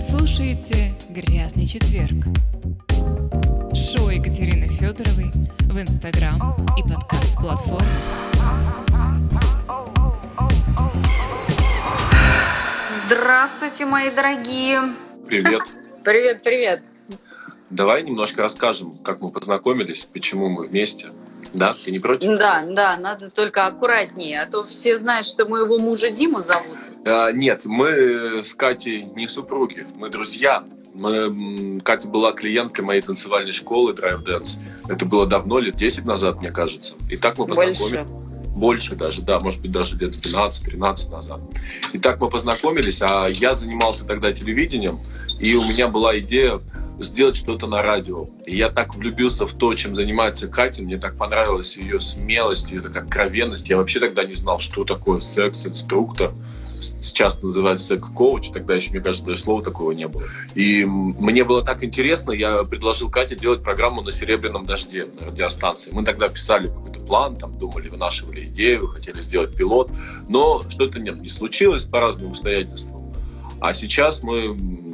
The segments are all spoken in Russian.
слушаете «Грязный четверг». Шоу Екатерины Федоровой в Инстаграм и подкаст-платформах. Здравствуйте, мои дорогие. Привет. Привет. Давай немножко расскажем, как мы познакомились, почему мы вместе. Да, ты не против? Да, надо только аккуратнее, а то все знают, что моего мужа Диму зовут. Нет, мы с Катей не супруги, мы друзья. Катя была клиенткой моей танцевальной школы Drive Dance. Это было давно, лет 10 назад, мне кажется. И так мы познакомились. Больше даже, да, может быть, даже лет 12-13 назад. И так мы познакомились, а я занимался тогда телевидением, и у меня была идея сделать что-то на радио. И я так влюбился в то, чем занимается Катя, мне так понравилась ее смелость, ее такая откровенность. Я вообще тогда не знал, что такое секс-инструктор. Сейчас называется секс-коуч, тогда еще, мне кажется, даже слова такого не было. И мне было так интересно, я предложил Кате делать программу на «Серебряном дожде» на радиостанции. Мы тогда писали какой-то план, там думали, вынашивали идею, хотели сделать пилот, но что-то не случилось по разным обстоятельствам. А сейчас мы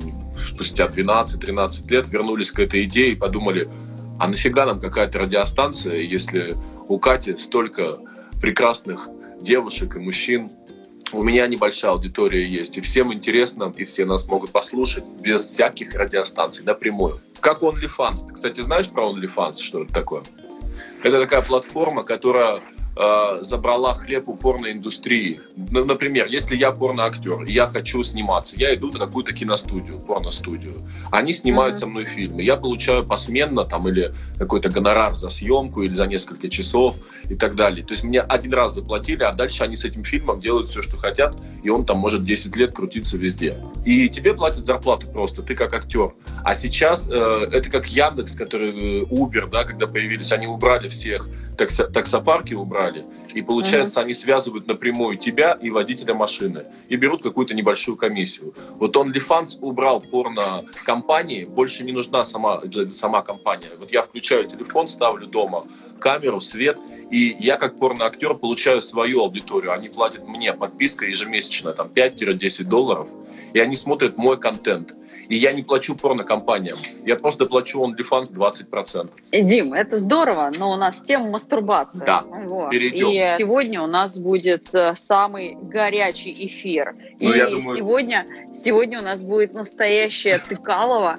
спустя 12-13 лет вернулись к этой идее и подумали, а нафига нам какая-то радиостанция, если у Кати столько прекрасных девушек и мужчин. У меня небольшая аудитория есть, и всем интересно, и все нас могут послушать без всяких радиостанций, напрямую. Как OnlyFans. Ты, кстати, знаешь про OnlyFans, что это такое? Это такая платформа, которая забрала хлеб у порноиндустрии. Например, если я порноактер, и я хочу сниматься, я иду на какую-то киностудию, порностудию. Они снимают со мной фильмы. Я получаю посменно там, или какой-то гонорар за съемку, или за несколько часов и так далее. То есть мне один раз заплатили, а дальше они с этим фильмом делают все, что хотят, и он там может 10 лет крутиться везде. И тебе платят зарплату просто, ты как актер. А сейчас это как Яндекс, который Uber, да, когда появились, они убрали всех, таксопарки убрали, и получается, они связывают напрямую тебя и водителя машины и берут какую-то небольшую комиссию. Вот OnlyFans убрал порно-компании, больше не нужна сама компания. Вот я включаю телефон, ставлю дома камеру, свет, и я как порноактер получаю свою аудиторию. Они платят мне подписка ежемесячно, там $5-10, и они смотрят мой контент. И я не плачу порнокомпаниям. Я просто плачу OnlyFans 20%. Дим, это здорово, но у нас тема мастурбация. Да, вот. перейдем. И сегодня у нас будет самый горячий эфир. Я думаю... сегодня у нас будет настоящая Тыкалова,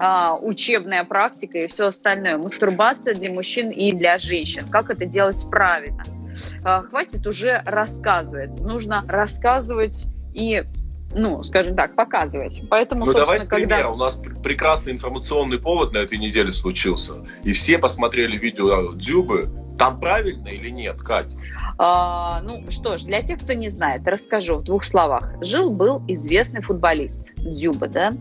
учебная практика и все остальное. Мастурбация для мужчин и для женщин. Как это делать правильно? Хватит уже рассказывать. Нужно рассказывать и... скажем так, показывать. Поэтому, давай с примера. У нас прекрасный информационный повод на этой неделе случился. И все посмотрели видео Дзюбы. Там правильно или нет, Кать? Что ж, для тех, кто не знает, расскажу в 2 словах. Жил-был известный футболист Дзюба, да?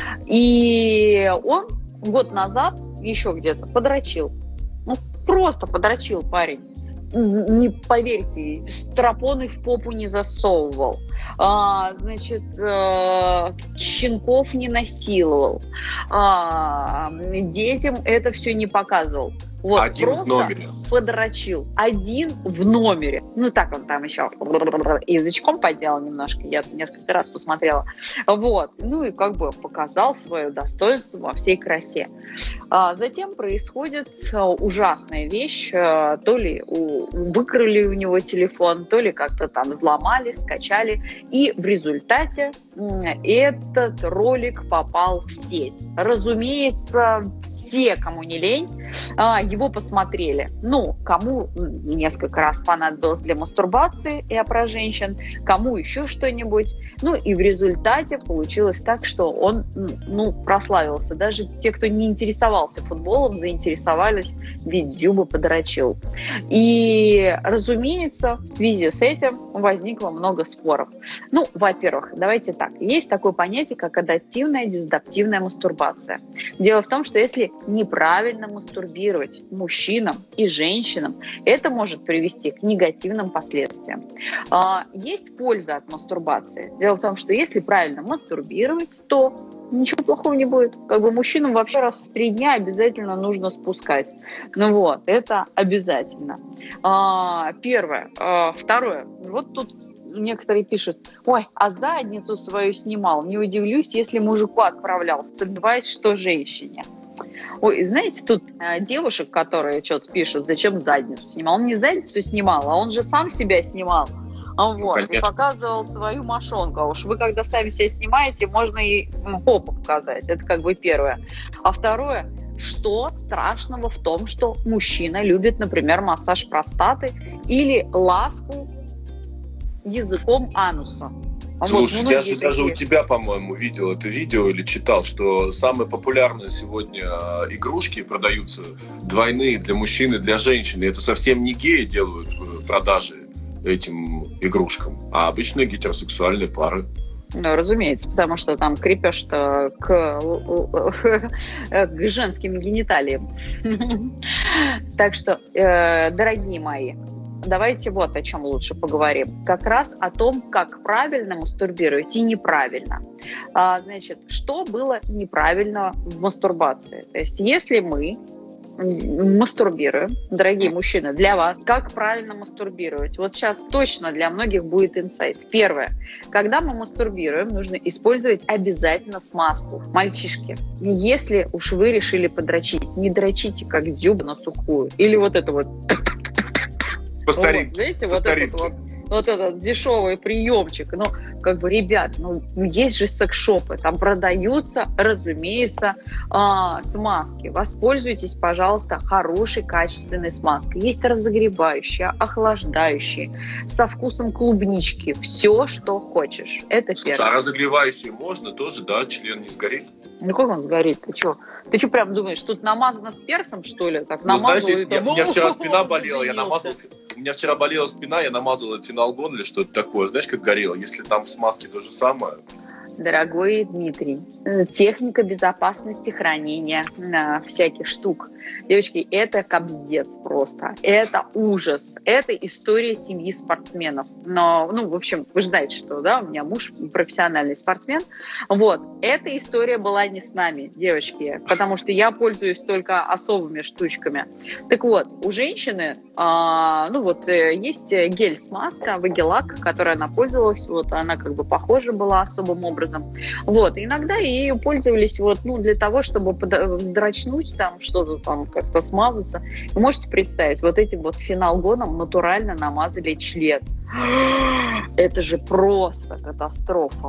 И он год назад еще где-то подрочил. Просто подрочил парень. Не поверьте, стропоны в попу не засовывал. Щенков не насиловал, детям это все не показывал. Вот, один просто в номере. Подрочил. Один в номере. Так он там еще язычком поделал немножко. Я несколько раз посмотрела. Вот. И показал свое достоинство во всей красе. Затем происходит ужасная вещь. То ли выкрали у него телефон, то ли как-то там взломали, скачали. И в результате этот ролик попал в сеть. Разумеется, все, кому не лень, его посмотрели. Кому несколько раз понадобилось для мастурбации, я про женщин, кому еще что-нибудь. И в результате получилось так, что он прославился. Даже те, кто не интересовался футболом, заинтересовались, ведь Дзюба подрочил. И, разумеется, в связи с этим возникло много споров. Во-первых, давайте так. Есть такое понятие, как адаптивная, дезадаптивная мастурбация. Дело в том, что если неправильно мастурбировать мужчинам и женщинам, это может привести к негативным последствиям. Есть польза от мастурбации. Дело в том, что если правильно мастурбировать, то ничего плохого не будет. Мужчинам вообще раз в 3 дня обязательно нужно спускать. Это обязательно. Первое. Второе. Вот тут некоторые пишут: ой, а задницу свою снимал. Не удивлюсь, если мужику отправлял. Сомневаюсь, что женщине. Ой, знаете, тут девушек, которые что-то пишут, зачем задницу снимал. Он не задницу снимал, а он же сам себя снимал. Вот, и показывал свою мошонку. А уж вы, когда сами себя снимаете, можно и попу показать. Это как бы первое. А второе, что страшного в том, что мужчина любит, например, массаж простаты или ласку языком ануса? Слушай, я же даже у тебя, по-моему, видел это видео или читал, что самые популярные сегодня игрушки продаются двойные для мужчин и для женщин. И это совсем не геи делают продажи этим игрушкам, а обычные гетеросексуальные пары. Ну, разумеется, потому что там крепеж-то к женским гениталиям. Так что, дорогие мои, давайте вот о чем лучше поговорим. Как раз о том, как правильно мастурбировать и неправильно. Значит, что было неправильно в мастурбации? То есть, если мы мастурбируем, дорогие мужчины, для вас, как правильно мастурбировать? Вот сейчас точно для многих будет инсайт. Первое. Когда мы мастурбируем, нужно использовать обязательно смазку. Мальчишки, если уж вы решили подрочить, не дрочите как дзюба на сухую. Или вот это вот... По старинке. Знаете, вот этот дешевый приемчик. Ну, как бы, ребят, есть же секс-шопы, там продаются, разумеется, смазки. Воспользуйтесь, пожалуйста, хорошей, качественной смазкой. Есть разогревающие, охлаждающие, со вкусом клубнички. Все, что хочешь. Это первое. А разогревающие можно тоже, да? Член не сгорит? Ну, как он сгорит? Ты что прям думаешь, тут намазано с перцем, что ли? Так знаешь, у меня вчера спина болела, я намазал... У меня вчера болела спина, я намазал феналгон или что-то такое. Знаешь, как горело? Если там в смазке то же самое. Дорогой Дмитрий, техника безопасности хранения всяких штук. Девочки, это капздец просто. Это ужас. Это история семьи спортсменов. Но, в общем, вы же знаете, что, да, у меня муж профессиональный спортсмен. Вот. Эта история была не с нами, девочки, потому что я пользуюсь только особыми штучками. Так вот, у женщины, есть гель-смазка, Вагелак, которой она пользовалась, вот она как бы похожа была особым образом. Вот, иногда ею пользовались для того, чтобы вздрачнуть, там что-то там как-то смазаться. Вы можете представить, вот этим вот феналгоном натурально намазали член. Это же просто катастрофа,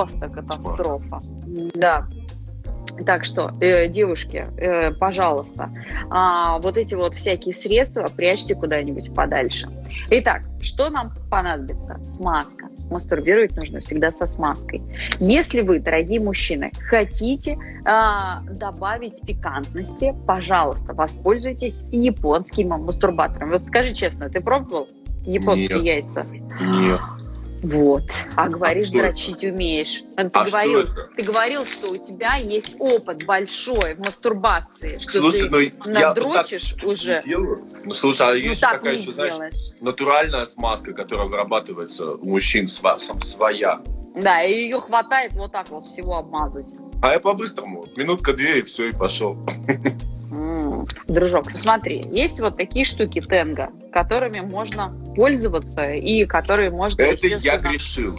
Да. Так что, девушки, пожалуйста, вот эти вот всякие средства прячьте куда-нибудь подальше. Итак, что нам понадобится? Смазка. Мастурбировать нужно всегда со смазкой. Если вы, дорогие мужчины, хотите добавить пикантности, пожалуйста, воспользуйтесь японским мастурбатором. Вот скажи честно, ты пробовал японские яйца? Нет. Вот. А говоришь, дрочить умеешь. Ты говорил, что у тебя есть опыт большой в мастурбации, что слушай, ты надрочишь уже. Ну, слушай, а есть такая еще, знаешь, натуральная смазка, которая вырабатывается у мужчин своя. Да, и ее хватает вот так вот всего обмазать. А я по-быстрому. Минутка-две, и все, и пошел. Дружок, смотри, есть вот такие штуки Тенга, которыми можно пользоваться и которые можно... Это я грешил.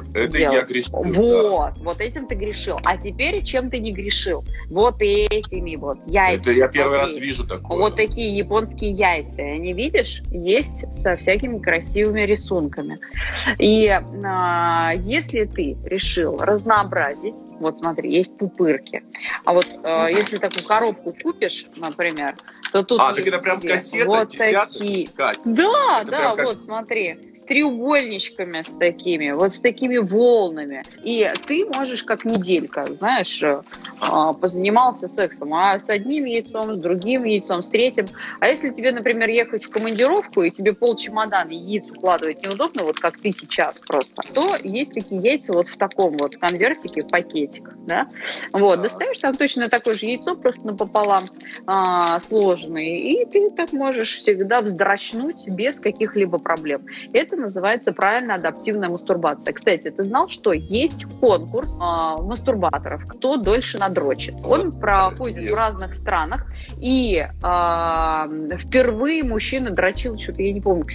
Вот этим ты грешил. А теперь чем ты не грешил? Вот этими вот яйцами. Это я первый раз вижу такое. Вот такие японские яйца. Они, видишь, есть со всякими красивыми рисунками. И если ты решил разнообразить, вот смотри, есть пупырки. А вот если такую коробку купишь, например, то тут так это прям кассета, вот такие. Кать. Да, вот смотри, с треугольничками с такими волнами. И ты можешь как неделька, знаешь, позанимался сексом, а с одним яйцом, с другим яйцом, с третьим. А если тебе, например, ехать в командировку, и тебе полчемодана яиц укладывать неудобно, вот как ты сейчас просто, то есть такие яйца вот в таком вот конвертике, пакетик, да? Вот, достаешь там точно такое же яйцо, просто напополам сложенное, и ты так можешь всегда вздрачнуть без каких-либо проблем. Это называется правильно адаптивная мастурбация. Кстати, ты знал, что есть конкурс мастурбаторов, кто дольше надрочит? Он проходит в разных странах, и впервые мужчина дрочил, что-то я не помню,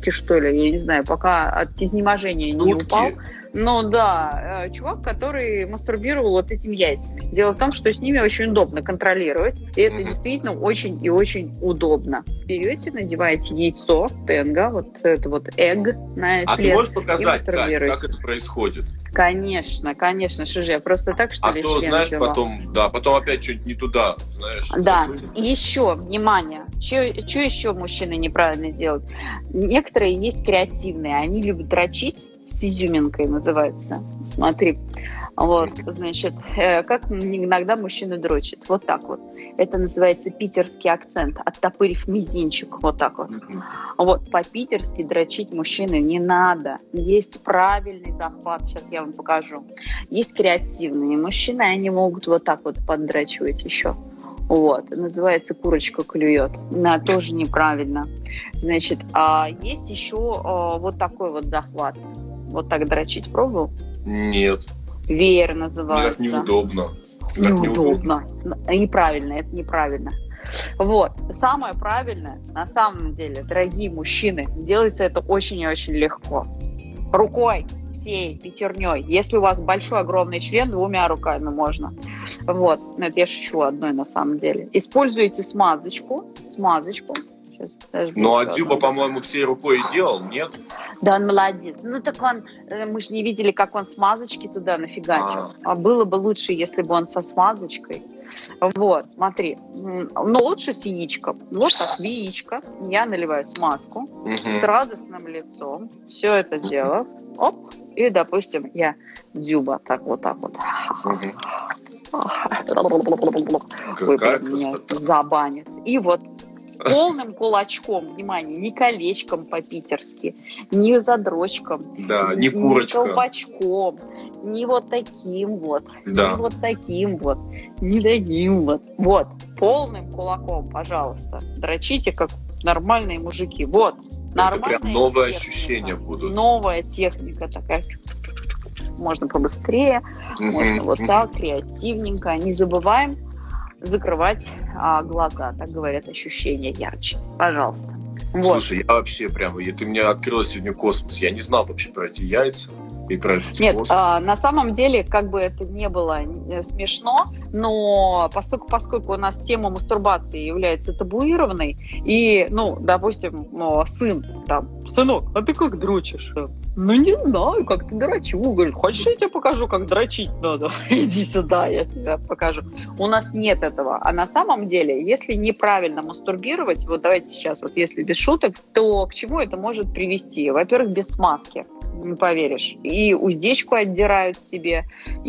сутки, что ли, я не знаю, пока от изнеможения не упал. Ну да, чувак, который мастурбировал вот этими яйцами. Дело в том, что с ними очень удобно контролировать, и это действительно очень и очень удобно. Берете, надеваете яйцо, тенга, вот это вот egg на А член, ты можешь показать, как мастурбируете. это происходит? Конечно, что же я просто так, что ли, кто, член знаешь, взяла? потом опять что-нибудь не туда, знаешь. Да, засунет. еще, внимание, что еще мужчины неправильно делают? Некоторые есть креативные, они любят дрочить, с изюминкой называется. Смотри, вот, значит, как иногда мужчины дрочат, вот так вот. Это называется питерский акцент, оттопырив мизинчик, вот так вот. Вот, по-питерски дрочить мужчины не надо. Есть правильный захват, сейчас я вам покажу. Есть креативные мужчины, они могут вот так вот поддрачивать еще. Вот, называется курочка клюет. Да, тоже неправильно. Значит, а есть еще вот такой вот захват. Вот так дрочить пробовал? Нет. Веер называется. Нет, неудобно. Неудобно. Неправильно, это неправильно. Вот. Самое правильное, на самом деле, дорогие мужчины, делается это очень и очень легко. Рукой всей, пятерней. Если у вас большой, огромный член, 2 руками можно. Вот. Это я шучу одной на самом деле. Используйте смазочку. Сейчас, подожди, Ну, а Дзюба, по-моему, всей рукой и делал, нет? Да, он молодец. Ну, так он, мы же не видели, как он смазочки туда нафигачил. А было бы лучше, если бы он со смазочкой. Вот, смотри. Но лучше с яичком. Вот так, в яичко я наливаю смазку с радостным лицом. Все это дело. Оп. И, допустим, я Дзюба так вот. Ой, блин, меня забанит. И вот с полным кулачком, внимание, не колечком по-питерски, не задрочком, да, не курочком, не колпачком, не вот таким вот, да. не вот таким вот, не таким вот. Вот, полным кулаком, пожалуйста, дрочите, как нормальные мужики. Вот, нормальная это прям новое техника. Ощущение будут. Новая техника такая. Можно побыстрее, можно вот так, креативненько. Не забываем закрывать глаза, так говорят, ощущения ярче. Пожалуйста. Вот. Слушай, я вообще прям, ты мне открыла сегодня космос. Я не знал вообще про эти яйца и про этот Нет, способ. на самом деле, как бы это не было смешно, но поскольку у нас тема мастурбации является табуированной, и, ну, допустим, сын, там, сынок, а ты как дрочишь? Ну, не знаю, как ты дрочу. Говорит, хочешь, я тебе покажу, как дрочить надо? Иди сюда, я тебе покажу. У нас нет этого. А на самом деле, если неправильно мастурбировать, вот давайте сейчас, вот если без шуток, то к чему это может привести? Во-первых, без смазки. Не поверишь. И уздечку отдирают себе,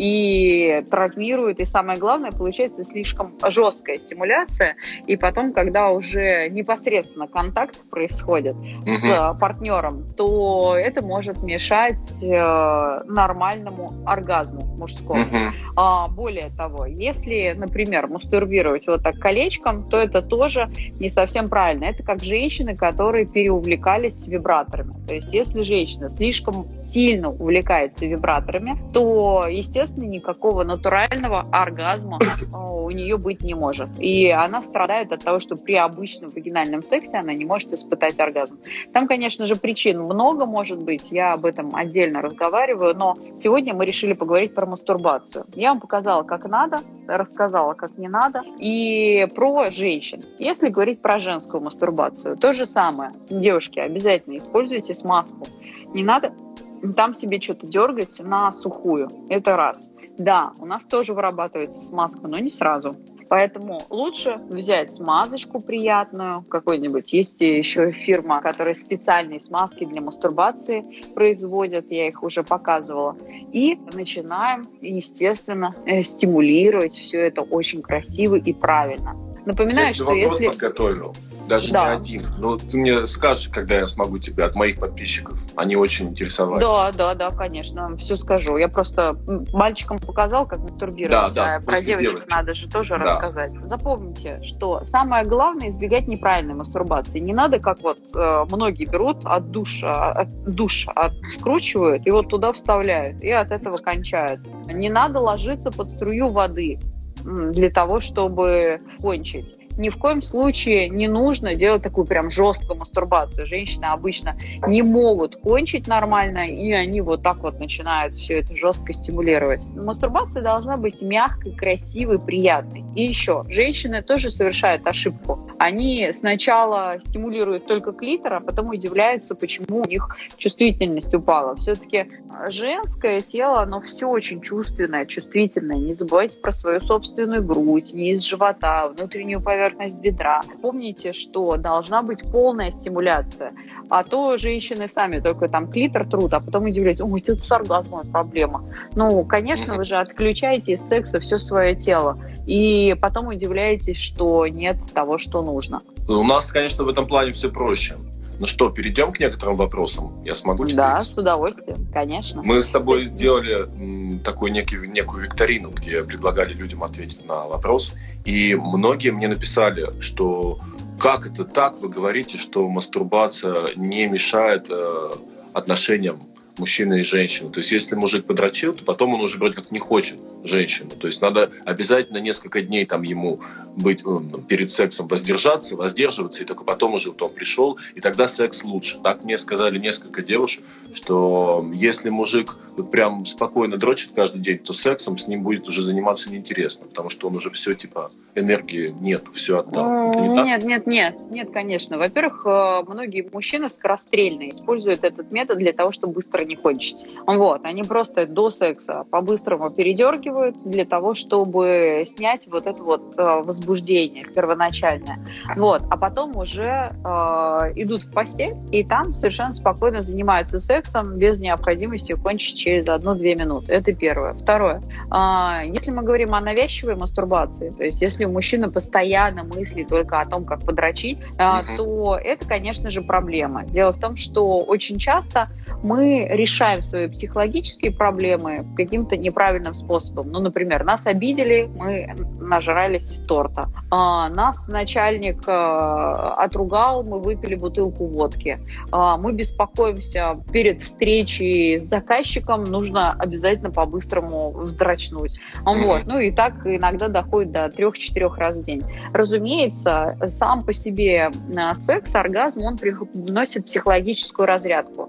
и травмируют, и самое главное, получается слишком жесткая стимуляция, и потом, когда уже непосредственно контакт происходит с партнером, то это может мешать нормальному оргазму мужскому. Более того, если, например, мастурбировать вот так колечком, то это тоже не совсем правильно. Это как женщины, которые переувлекались вибраторами. То есть если женщина слишком сильно увлекается вибраторами, то, естественно, никакого натурального оргазма у нее быть не может. И она страдает от того, что при обычном вагинальном сексе она не может испытать оргазм. Там, конечно же, причин много может быть, я об этом отдельно разговариваю, но сегодня мы решили поговорить про мастурбацию. Я вам показала, как надо, рассказала, как не надо, и про женщин. Если говорить про женскую мастурбацию, то же самое. Девушки, обязательно используйте смазку. Не надо там себе что-то дергать на сухую. Это раз. Да, у нас тоже вырабатывается смазка, но не сразу. Поэтому лучше взять смазочку приятную, какой-нибудь. Есть еще фирма, которая специальные смазки для мастурбации производят, я их уже показывала. И начинаем, естественно, стимулировать все это очень красиво и правильно. Напоминаю, я что вопрос если... подготовил. Даже да. не один. Но ты мне скажешь, когда я смогу тебе от моих подписчиков. Они очень интересовались. Да, конечно, все скажу. Я просто мальчикам показал, как мастурбировать, да, а про девочек надо же тоже рассказать. Запомните, что самое главное — избегать неправильной мастурбации. Не надо, как вот многие берут от душа откручивают и вот туда вставляют, и от этого кончают. Не надо ложиться под струю воды для того, чтобы кончить. ни в коем случае не нужно делать такую прям жесткую мастурбацию. Женщины обычно не могут кончить нормально, и они вот так вот начинают все это жестко стимулировать. Мастурбация должна быть мягкой, красивой, приятной. И еще, женщины тоже совершают ошибку. Они сначала стимулируют только клитор, а потом удивляются, почему у них чувствительность упала. Все-таки женское тело, оно все очень чувственное, чувствительное. Не забывайте про свою собственную грудь, низ живота, внутреннюю поверхность бедра. Помните, что должна быть полная стимуляция. А то женщины сами только там клитор трут, а потом удивляются: ой, это с оргазмом проблема. Ну, конечно, вы же отключаете из секса все свое тело. И потом удивляетесь, что нет того, что нужно. У нас, конечно, в этом плане все проще. Ну что, перейдем к некоторым вопросам? Я смогу тебе? Да, с удовольствием, конечно. Мы с тобой делали такую некую викторину, где предлагали людям ответить на вопрос. И многие мне написали, что как это так, вы говорите, что мастурбация не мешает отношениям мужчины и женщины. То есть, если мужик подрочил, то потом он уже вроде как не хочет женщину. То есть, надо обязательно несколько дней там ему быть перед сексом воздерживаться, и только потом уже вот он пришел, и тогда секс лучше. Так мне сказали несколько девушек, что если мужик вот прям спокойно дрочит каждый день, то сексом с ним будет уже заниматься неинтересно, потому что он уже все, типа, энергии нет, все отдал. Нет, конечно. Во-первых, многие мужчины скорострельные используют этот метод для того, чтобы быстро не кончить. Вот, они просто до секса по-быстрому передергивают для того, чтобы снять вот это вот возбуждение первоначальное. Вот, а потом уже идут в постель, и там совершенно спокойно занимаются сексом без необходимости кончить через 1-2 минуты. Это первое. Второе. Если мы говорим о навязчивой мастурбации, то есть если мужчина постоянно мыслит только о том, как подрочить, то это, конечно же, проблема. Дело в том, что очень часто мы решаем свои психологические проблемы каким-то неправильным способом. Ну, например, нас обидели, мы нажрались торта. Нас начальник отругал, мы выпили бутылку водки. Мы беспокоимся перед встречей с заказчиком, нужно обязательно по-быстрому вздрочнуть. Вот. Ну и так иногда доходит до 3-4 раз в день. Разумеется, сам по себе секс, оргазм, он приносит психологическую разрядку.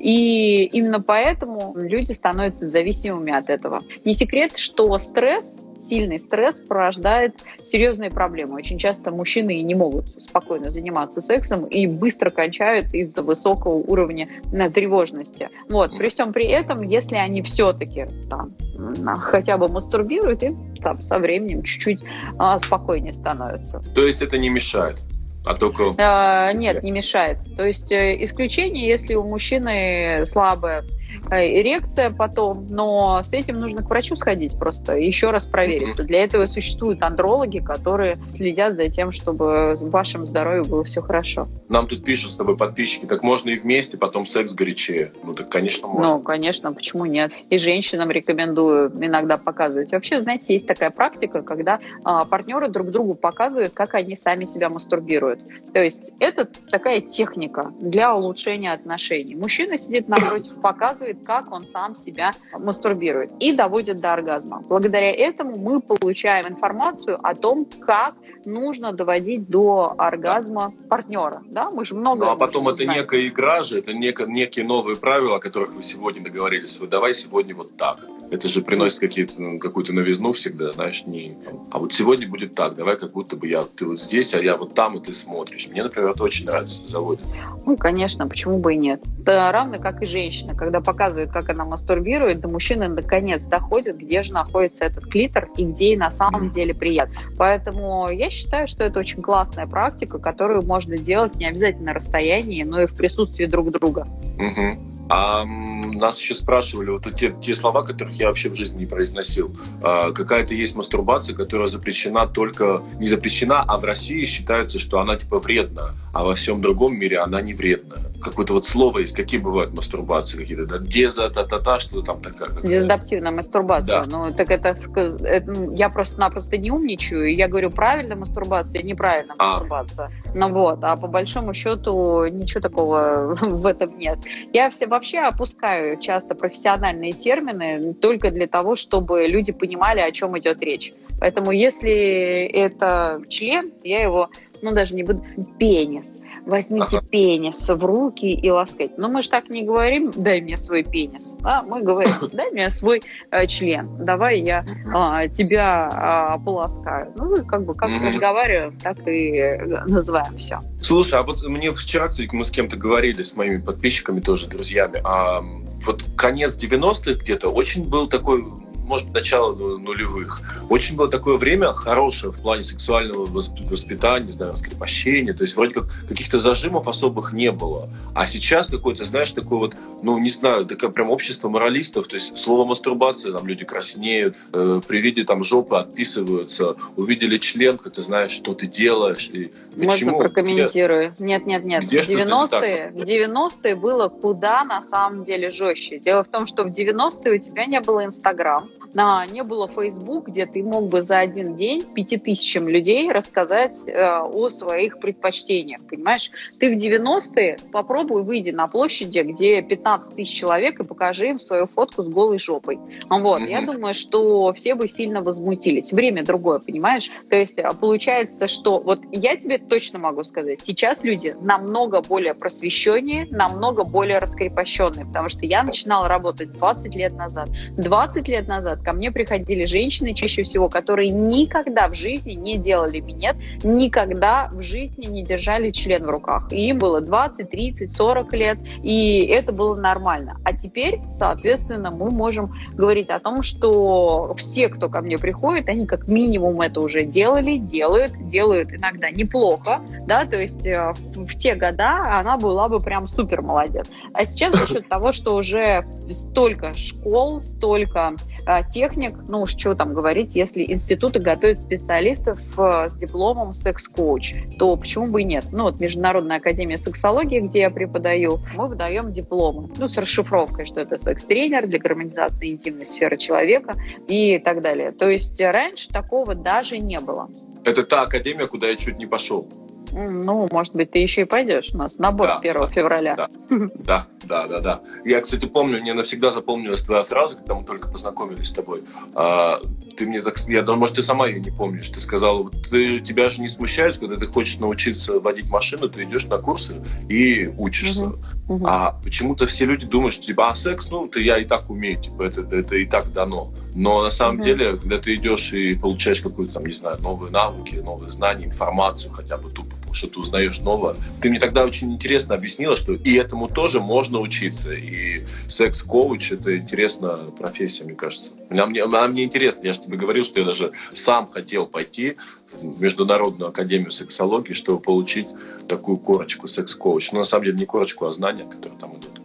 И именно поэтому люди становятся зависимыми от этого. Не секрет, что сильный стресс порождает серьезные проблемы. Очень часто мужчины не могут спокойно заниматься сексом и быстро кончают из-за высокого уровня тревожности. Вот. При всем при этом, если они все-таки там хотя бы мастурбируют, им там со временем чуть-чуть спокойнее становится. То есть это не мешает? А только... Нет, не мешает. То есть исключение, если у мужчины слабая эрекция потом, но с этим нужно к врачу сходить просто, еще раз провериться. Для этого существуют андрологи, которые следят за тем, чтобы с вашим здоровьем было все хорошо. Нам тут пишут с тобой подписчики, так можно и вместе, потом секс горячее. Ну так, конечно, можно. Ну, конечно, почему нет? И женщинам рекомендую иногда показывать. Вообще, знаете, есть такая практика, когда партнеры друг другу показывают, как они сами себя мастурбируют. То есть это такая техника для улучшения отношений. Мужчина сидит напротив, показывает, как он сам себя мастурбирует и доводит до оргазма. Благодаря этому мы получаем информацию о том, как нужно доводить до оргазма партнера. Да? Мы же много. Ну, а потом это знаем. Некая игра же, это некие новые правила, о которых вы сегодня договорились. Вот давай сегодня вот так. Это же приносит какую-то новизну всегда, знаешь, не... А вот сегодня будет так, давай как будто бы ты вот здесь, а я вот там, и ты смотришь. Мне, например, это очень нравится, заводит. Ну, конечно, почему бы и нет. Это равно как и женщина. Когда показывает, как она мастурбирует, до мужчины наконец доходит, где же находится этот клитор и где ей на самом деле приятно. Поэтому я считаю, что это очень классная практика, которую можно делать не обязательно на расстоянии, но и в присутствии друг друга. А нас еще спрашивали, вот те слова, которых я вообще в жизни не произносил. Какая-то есть мастурбация, которая не запрещена, а в России считается, что она типа вредна, а во всем другом мире она не вредная. какое-то вот слово есть, какие бывают мастурбации какие-то, да? Деза-та-та-та, что-то там такая. Дезадаптивная мастурбация. Да. Ну, так это я просто-напросто не умничаю, и я говорю правильно мастурбация, неправильно мастурбация. Ну вот, а по большому счету ничего такого в этом нет. Я вообще опускаю часто профессиональные термины только для того, чтобы люди понимали, о чем идет речь. Поэтому если это член, я его, даже не буду, пенис. Возьмите пенис в руки и ласкайте. Но мы же так не говорим, дай мне свой пенис. Мы говорим, дай мне свой член. Давай я тебя поласкаю. Мы как разговариваем, так и называем все. Слушай, а вот мне вчера, кстати, мы с кем-то говорили, с моими подписчиками тоже, друзьями, вот конец 90-х где-то очень был такой, может быть, начало нулевых. Очень было такое время хорошее в плане сексуального воспитания, не знаю, раскрепощения. То есть вроде как каких-то зажимов особых не было. А сейчас какое-то, знаешь, такое вот, не знаю, такое прям общество моралистов. То есть слово мастурбация, там люди краснеют, при виде там жопы отписываются, увидели член, как ты знаешь, что ты делаешь. И можно прокомментирую? Нет. Где в 90-е было куда на самом деле жестче. Дело в том, что в 90-е у тебя не было Инстаграм, не было Facebook, где ты мог бы за один день 5000 людей рассказать о своих предпочтениях, понимаешь? Ты в 90-е попробуй выйди на площади, где 15 тысяч человек, и покажи им свою фотку с голой жопой. Вот. Я думаю, что все бы сильно возмутились. Время другое, понимаешь? То есть получается, что вот я тебе точно могу сказать, сейчас люди намного более просвещеннее, намного более раскрепощенные, потому что я начинала работать 20 лет назад. 20 лет назад ко мне приходили женщины, чаще всего, которые никогда в жизни не делали минет, никогда в жизни не держали член в руках. И им было 20, 30, 40 лет, и это было нормально. А теперь, соответственно, мы можем говорить о том, что все, кто ко мне приходит, они как минимум это уже делали, делают иногда неплохо, да, то есть в те года она была бы прям супер молодец. А сейчас за счет того, что уже столько школ, столько техник, уж что там говорить, если институты готовят специалистов с дипломом секс-коуч, то почему бы и нет? Вот Международная академия сексологии, где я преподаю, мы выдаем дипломы, с расшифровкой, что это секс-тренер для гармонизации интимной сферы человека и так далее. То есть раньше такого даже не было. Это та академия, куда я чуть не пошел. Может быть, ты еще и пойдешь. У нас набор 1 февраля. Да. Я, кстати, помню, мне навсегда запомнилась твоя фраза, когда мы только познакомились с тобой. Ты мне так... Я думаю, может, ты сама ее не помнишь. Ты сказала, тебя же не смущает, когда ты хочешь научиться водить машину, ты идешь на курсы и учишься. А почему-то все люди думают, что секс, я и так умею, это и так дано. Но на самом деле, когда ты идешь и получаешь какую-то, новые навыки, новые знания, информацию, хотя бы тупо, что ты узнаешь новое. Ты мне тогда очень интересно объяснила, что и этому тоже можно учиться. И секс-коуч — это интересная профессия, мне кажется. Она мне интересна. Я же тебе говорил, что я даже сам хотел пойти в Международную академию сексологии, чтобы получить такую корочку секс-коуч. Но на самом деле не корочку, а знания, которые там идут.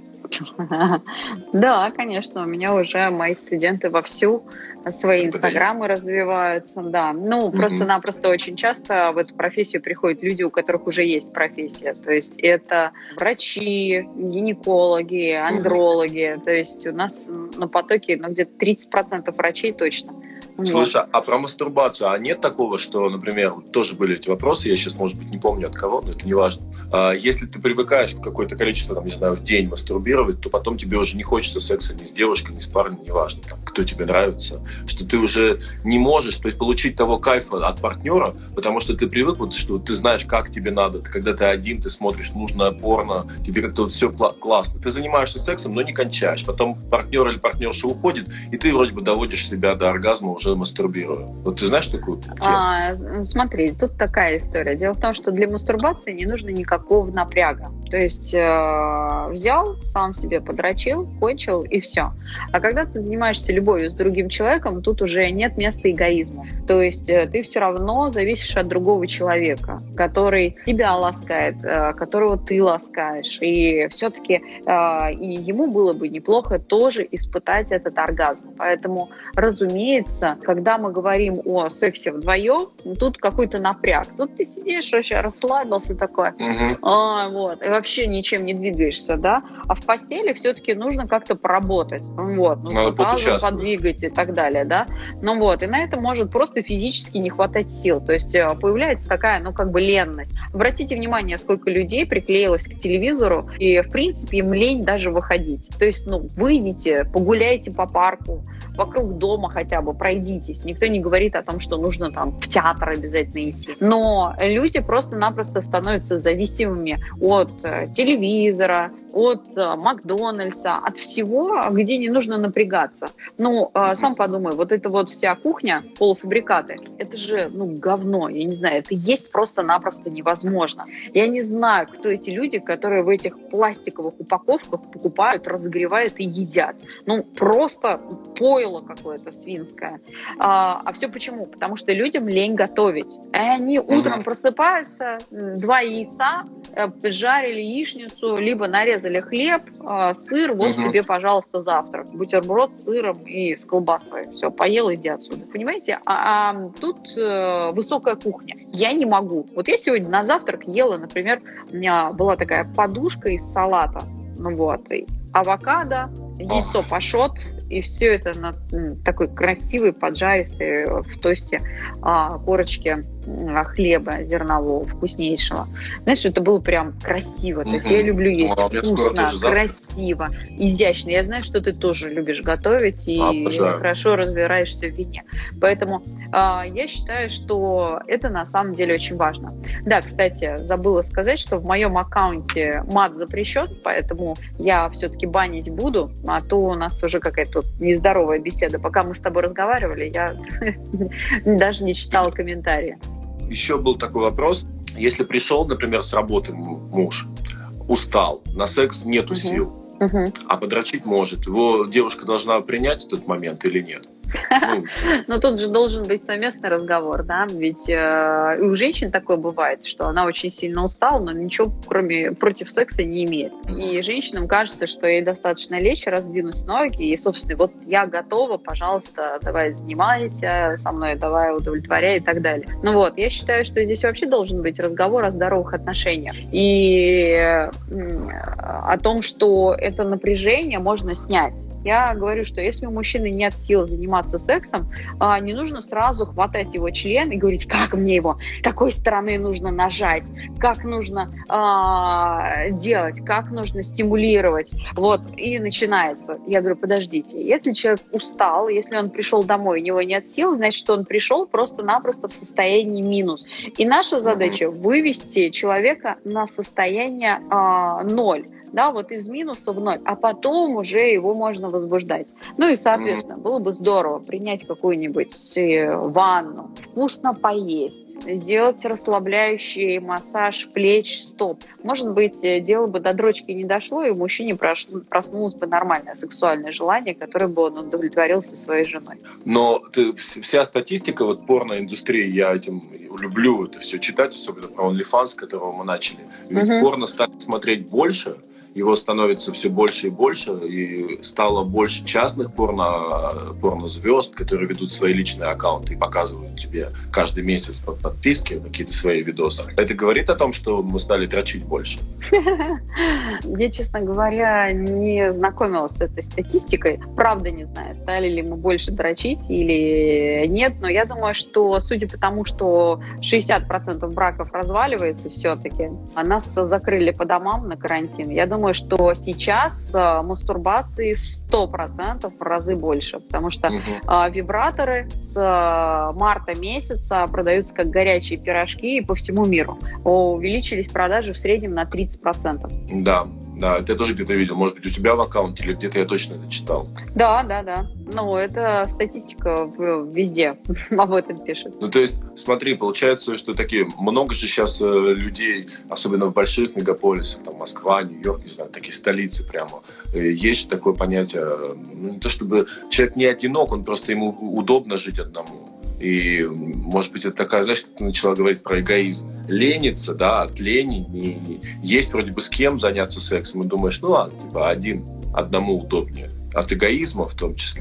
Да, конечно, у меня уже мои студенты вовсю свои инстаграмы развивают. Да. Просто-напросто очень часто в эту профессию приходят люди, у которых уже есть профессия. То есть это врачи, гинекологи, андрологи. То есть у нас на потоке где-то 30% врачей точно. Слушай, а про мастурбацию, а нет такого, что, например, тоже были эти вопросы, я сейчас, может быть, не помню от кого, но это не важно. Если ты привыкаешь в какое-то количество, в день мастурбировать, то потом тебе уже не хочется секса ни с девушкой, ни с парнем, неважно, кто тебе нравится, что ты уже не можешь, то есть, получить того кайфа от партнера, потому что ты привык, что ты знаешь, как тебе надо. Когда ты один, ты смотришь нужное порно, тебе как-то все классно. Ты занимаешься сексом, но не кончаешь. Потом партнер или партнерша уходит, и ты вроде бы доводишь себя до оргазма уже мастурбирую. Вот ты знаешь такую тему? Смотри, тут такая история. Дело в том, что для мастурбации не нужно никакого напряга. То есть взял, сам себе подрочил, кончил и все. А когда ты занимаешься любовью с другим человеком, тут уже нет места эгоизму. То есть ты все равно зависишь от другого человека, который тебя ласкает, которого ты ласкаешь. И все-таки и ему было бы неплохо тоже испытать этот оргазм. Поэтому, разумеется, когда мы говорим о сексе вдвоем, тут какой-то напряг. Тут ты сидишь вообще, расслабился такой, вот, и вообще ничем не двигаешься, да? А в постели все-таки нужно как-то поработать, вот, нужно тазом подвигать и так далее, да? Ну вот, и на это может просто физически не хватать сил, то есть появляется такая, ну, как бы ленность. Обратите внимание, сколько людей приклеилось к телевизору, и, в принципе, им лень даже выходить. То есть, ну, выйдите, погуляйте по парку, вокруг дома хотя бы пройдитесь. Никто не говорит о том, что нужно там в театр обязательно идти. Но люди просто-напросто становятся зависимыми от телевизора, от Макдональдса, от всего, где не нужно напрягаться. Ну, сам подумай, вот эта вот вся кухня, полуфабрикаты, это же, ну, говно, я не знаю, это есть просто-напросто невозможно. Я не знаю, кто эти люди, которые в этих пластиковых упаковках покупают, разогревают и едят. Ну, просто пойло какое-то свинское. А все почему? Потому что людям лень готовить. И они утром просыпаются, 2 яйца, жарили яичницу, либо нарезали хлеб, сыр, вот тебе, пожалуйста, завтрак. Бутерброд с сыром и с колбасой. Все, поел, иди отсюда. Понимаете? Тут высокая кухня. Я не могу. Вот я сегодня на завтрак ела, например, у меня была такая подушка из салата. Ну вот, и авокадо, яйцо пашот, и все это на такой красивой, поджаристой в тосте корочке хлеба зернового, вкуснейшего. Знаешь, это было прям красиво. То есть я люблю есть вкусно, красиво, изящно. Я знаю, что ты тоже любишь готовить и хорошо разбираешься в вине. Поэтому я считаю, что это на самом деле очень важно. Да, кстати, забыла сказать, что в моем аккаунте мат запрещен, поэтому я все-таки банить буду, а то у нас уже какая-то нездоровая беседа. Пока мы с тобой разговаривали, я даже не читала комментарии. Еще был такой вопрос. Если пришел, например, с работы муж, устал, на секс нету сил, а подрочить может, его девушка должна принять этот момент или нет? Но тут же должен быть совместный разговор, да, ведь и у женщин такое бывает, что она очень сильно устала, но ничего кроме против секса не имеет. И женщинам кажется, что ей достаточно лечь, раздвинуть ноги, и, собственно, вот я готова, пожалуйста, давай занимайся со мной, давай удовлетворяй и так далее. Ну вот, я считаю, что здесь вообще должен быть разговор о здоровых отношениях и о том, что это напряжение можно снять. Я говорю, что если у мужчины нет сил заниматься сексом, не нужно сразу хватать его член и говорить, как мне его, с какой стороны нужно нажать, как нужно делать, как нужно стимулировать. Вот, и начинается. Я говорю, подождите, если человек устал, если он пришел домой, у него нет сил, значит, что он пришел просто-напросто в состоянии минус. И наша задача вывести человека на состояние 0. Да, вот из минуса в 0, а потом уже его можно возбуждать. Ну и, соответственно, было бы здорово принять какую-нибудь ванну, вкусно поесть, сделать расслабляющий массаж плеч, стоп. Может быть, дело бы до дрочки не дошло, и у мужчине проснулось бы нормальное сексуальное желание, которое бы он удовлетворил со своей женой. Но вся статистика, вот порноиндустрии, я этим люблю это все читать, особенно про OnlyFans, с которого мы начали. Ведь порно стали смотреть больше, его становится все больше и больше, и стало больше частных порнозвезд, которые ведут свои личные аккаунты и показывают тебе каждый месяц по подписке какие-то свои видосы. Это говорит о том, что мы стали дрочить больше? Я, честно говоря, не знакомилась с этой статистикой. Правда не знаю, стали ли мы больше дрочить или нет, но я думаю, что судя по тому, что 60% браков разваливается все-таки, а нас закрыли по домам на карантин, я думаю, что сейчас мастурбации 100% в разы больше, потому что вибраторы с марта месяца продаются как горячие пирожки по всему миру. Увеличились продажи в среднем на 30%. Да, это я тоже где-то видел. Может быть, у тебя в аккаунте или где-то я точно это читал. Да. Ну, это статистика везде об этом пишет. Ну, то есть, смотри, получается, что много же сейчас людей, особенно в больших мегаполисах, там Москва, Нью-Йорк, не знаю, такие столицы прямо. Есть же такое понятие, не то чтобы человек не одинок, он просто ему удобно жить одному. И, может быть, это такая, знаешь, ты начала говорить про эгоизм. Лениться, да, от лени. Есть вроде бы с кем заняться сексом, и думаешь, ну ладно, одному удобнее. От эгоизма в том числе.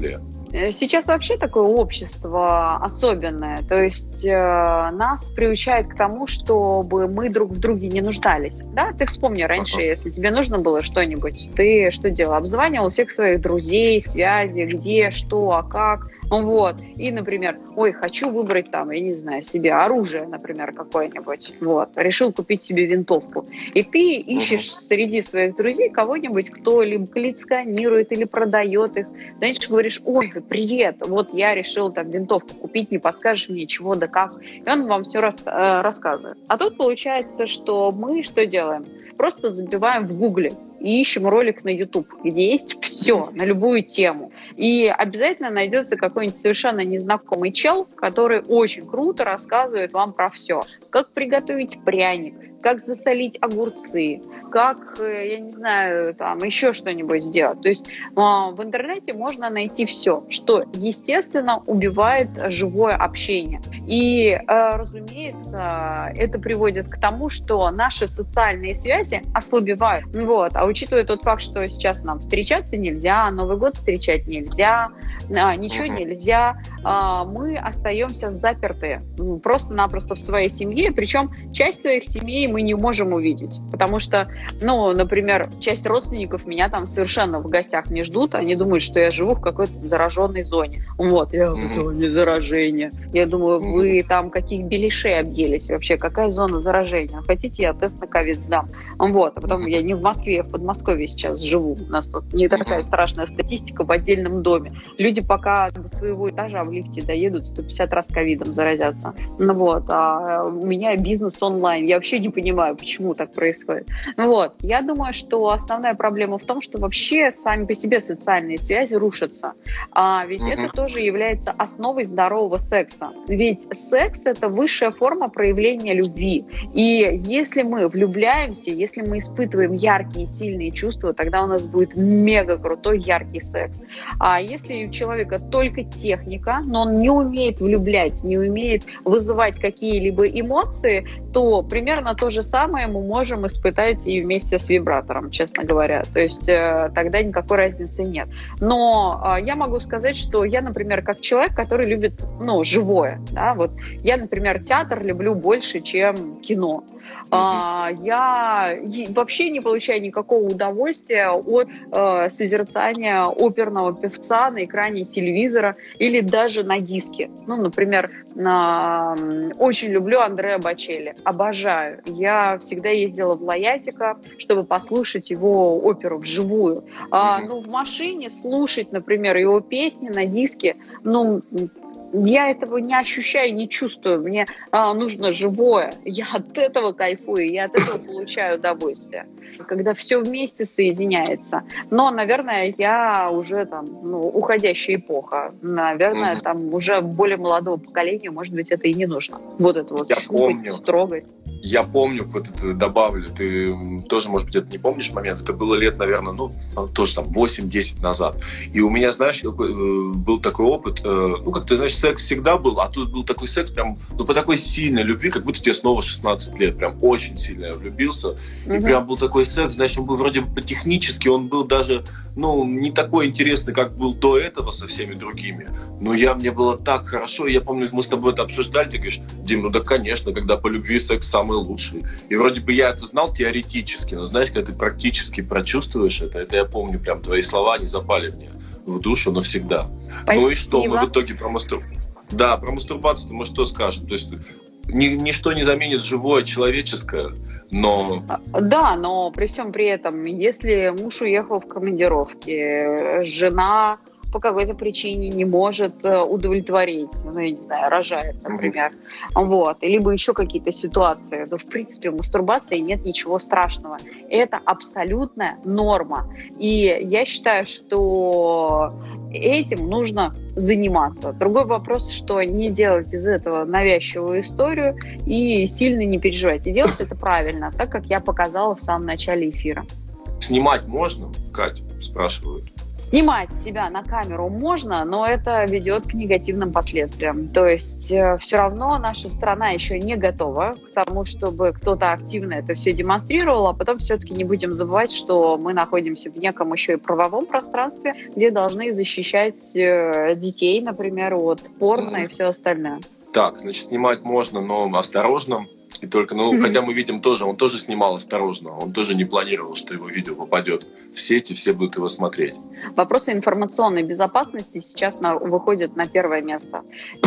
Сейчас вообще такое общество особенное, то есть нас приучает к тому, чтобы мы друг в друге не нуждались. Да, ты вспомни раньше, если тебе нужно было что-нибудь, ты что делал? Обзванивал всех своих друзей, связи, где, что, а как. Вот. И, например, хочу выбрать там, я не знаю, себе оружие, например, какое-нибудь. Вот. Решил купить себе винтовку. И ты ищешь среди своих друзей кого-нибудь, кто либо коллекционирует или продает их. Значит, говоришь: привет, вот я решил там винтовку купить, не подскажешь мне чего да как. И он вам все рассказывает. А тут получается, что мы что делаем? Просто забиваем в Гугле и ищем ролик на YouTube, где есть все, на любую тему. И обязательно найдется какой-нибудь совершенно незнакомый чел, который очень круто рассказывает вам про все. Как приготовить пряник, как засолить огурцы, как, я не знаю, там еще что-нибудь сделать. То есть в интернете можно найти все, что, естественно, убивает живое общение. И, разумеется, это приводит к тому, что наши социальные связи ослабевают. Вот. А учитывая тот факт, что сейчас нам встречаться нельзя, Новый год встречать нельзя, ничего нельзя, мы остаемся запертые просто-напросто в своей семье. Причем часть своих семей мы не можем увидеть, потому что, например, часть родственников меня там совершенно в гостях не ждут, они думают, что я живу в какой-то зараженной зоне. Вот, я в зоне заражения. Я думаю, вы там каких беляшей объелись вообще, какая зона заражения? Хотите, я тест на ковид сдам? Вот, а потом я не в Москве, я в Подмосковье сейчас живу. У нас тут не такая страшная статистика в отдельном доме. Люди пока до своего этажа в лифте доедут, 150 раз ковидом заразятся. А у меня бизнес онлайн. Я вообще не понимаю, почему так происходит. Вот. Я думаю, что основная проблема в том, что вообще сами по себе социальные связи рушатся. А ведь это тоже является основой здорового секса. Ведь секс – это высшая форма проявления любви. И если мы влюбляемся, если мы испытываем яркие, сильные чувства, тогда у нас будет мега крутой, яркий секс. А если у человека только техника, но он не умеет влюблять, не умеет вызывать какие-либо эмоции, то примерно то же самое мы можем испытать и вместе с вибратором, честно говоря. То есть тогда никакой разницы нет. Но я могу сказать, что я, например, как человек, который любит живое. Да? Вот я, например, театр люблю больше, чем кино. Я вообще не получаю никакого удовольствия от созерцания оперного певца на экране телевизора или даже на диске. Например, очень люблю Андреа Бочелли, обожаю. Я всегда ездила в Лаятико, чтобы послушать его оперу вживую. В машине слушать, например, его песни на диске, я этого не ощущаю, не чувствую. Мне нужно живое. Я от этого кайфую, я от этого получаю удовольствие. Когда все вместе соединяется. Но, наверное, я уже уходящая эпоха. Наверное, уже более молодого поколения, может быть, это и не нужно. Вот это вот шумить, строгость. Я помню, вот это добавлю, ты тоже, может быть, это не помнишь момент, это было лет, наверное, тоже 8-10 назад. И у меня, знаешь, был такой опыт, как ты знаешь, секс всегда был, а тут был такой секс прям, по такой сильной любви, как будто тебе снова 16 лет, прям очень сильно я влюбился. И прям был такой секс, знаешь, он был вроде бы технически, он был даже, не такой интересный, как был до этого со всеми другими. Но мне было так хорошо, и я помню, мы с тобой это обсуждали, ты говоришь: Дим, да, конечно, когда по любви секс самый лучший. И вроде бы я это знал теоретически, но знаешь, когда ты практически прочувствуешь это я помню, прям твои слова, они запали мне в душу навсегда. Спасибо. И что, мы в итоге про мастурбацию мы что скажем? То есть ничто не заменит живое человеческое, но... Да, но при всем при этом, если муж уехал в командировке, жена по какой-то причине не может удовлетворить, я не знаю, рожает, например, либо еще какие-то ситуации, то, в принципе, в мастурбации нет ничего страшного. Это абсолютная норма. И я считаю, что этим нужно заниматься. Другой вопрос, что не делать из этого навязчивую историю и сильно не переживать. И делать это правильно, так как я показала в самом начале эфира. Снимать можно, Кать, спрашивают? Снимать себя на камеру можно, но это ведет к негативным последствиям. То есть все равно наша страна еще не готова к тому, чтобы кто-то активно это все демонстрировал, а потом все-таки не будем забывать, что мы находимся в неком еще и правовом пространстве, где должны защищать детей, например, от порно и все остальное. Так, значит, снимать можно, но осторожно. И только, хотя мы видим тоже, он тоже снимал осторожно, он тоже не планировал, что его видео попадет в сеть, и все будут его смотреть. Вопросы информационной безопасности сейчас выходят на первое место.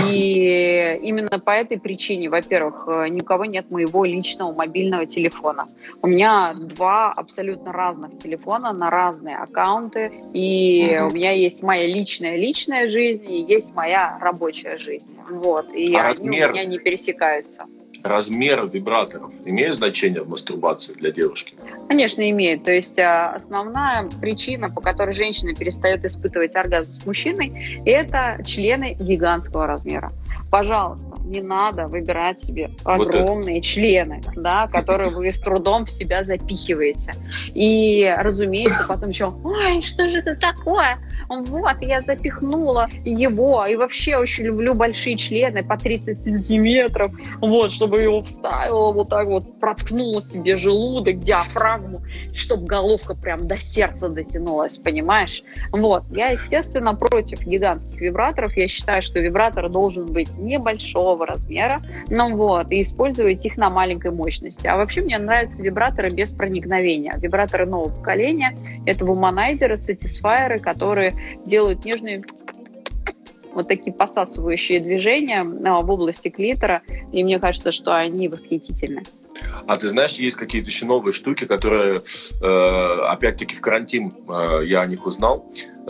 И именно по этой причине, во-первых, ни у кого нет моего личного мобильного телефона. У меня 2 абсолютно разных телефона на разные аккаунты, и у меня есть моя личная жизнь, и есть моя рабочая жизнь. Вот. И они у меня не пересекаются. Размер вибраторов имеет значение в мастурбации для девушки? Конечно, имеет. То есть основная причина, по которой женщина перестает испытывать оргазм с мужчиной, это члены гигантского размера. Пожалуйста, не надо выбирать себе огромные члены, да, которые вы с трудом в себя запихиваете. И, разумеется, потом еще, ой, что же это такое? Вот, я запихнула его. И вообще очень люблю большие члены по 30 сантиметров. Вот, чтобы его вставила вот так вот, проткнула себе желудок, диафрагму, чтобы головка прям до сердца дотянулась, понимаешь? Вот, я, естественно, против гигантских вибраторов. Я считаю, что вибратор должен быть небольшого размера, и использовать их на маленькой мощности. А вообще мне нравятся вибраторы без проникновения. Вибраторы нового поколения — это вуманайзеры, сатисфайеры, которые делают нежные вот такие посасывающие движения в области клитора, и мне кажется, что они восхитительны. А ты знаешь, есть какие-то еще новые штуки, которые, опять-таки, в карантин я о них узнал.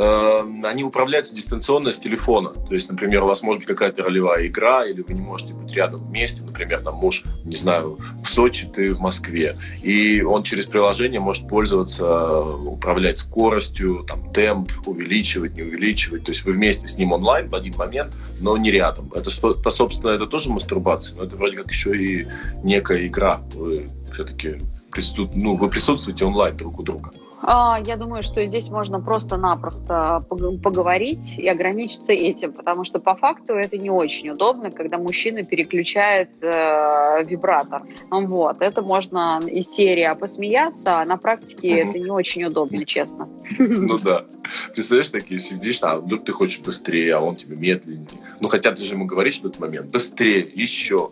Они управляются дистанционно с телефона. То есть, например, у вас может быть какая-то ролевая игра, или вы не можете быть рядом вместе. Например, там муж, не знаю, в Сочи, ты в Москве. И он через приложение может пользоваться, управлять скоростью, там, темп, увеличивать, не увеличивать. То есть вы вместе с ним онлайн в один момент, но не рядом. Это, собственно, это тоже мастурбация, но это вроде как еще и некая игра. Вы все-таки вы присутствуете онлайн друг у друга. Я думаю, что здесь можно просто-напросто поговорить и ограничиться этим, потому что по факту это не очень удобно, когда мужчина переключает вибратор. Вот. Это можно из серии посмеяться, а на практике это не очень удобно, честно. Ну да. Представляешь, такие сидишь, вдруг ты хочешь быстрее, а он тебе медленнее. Хотя ты же ему говоришь в этот момент: быстрее, еще.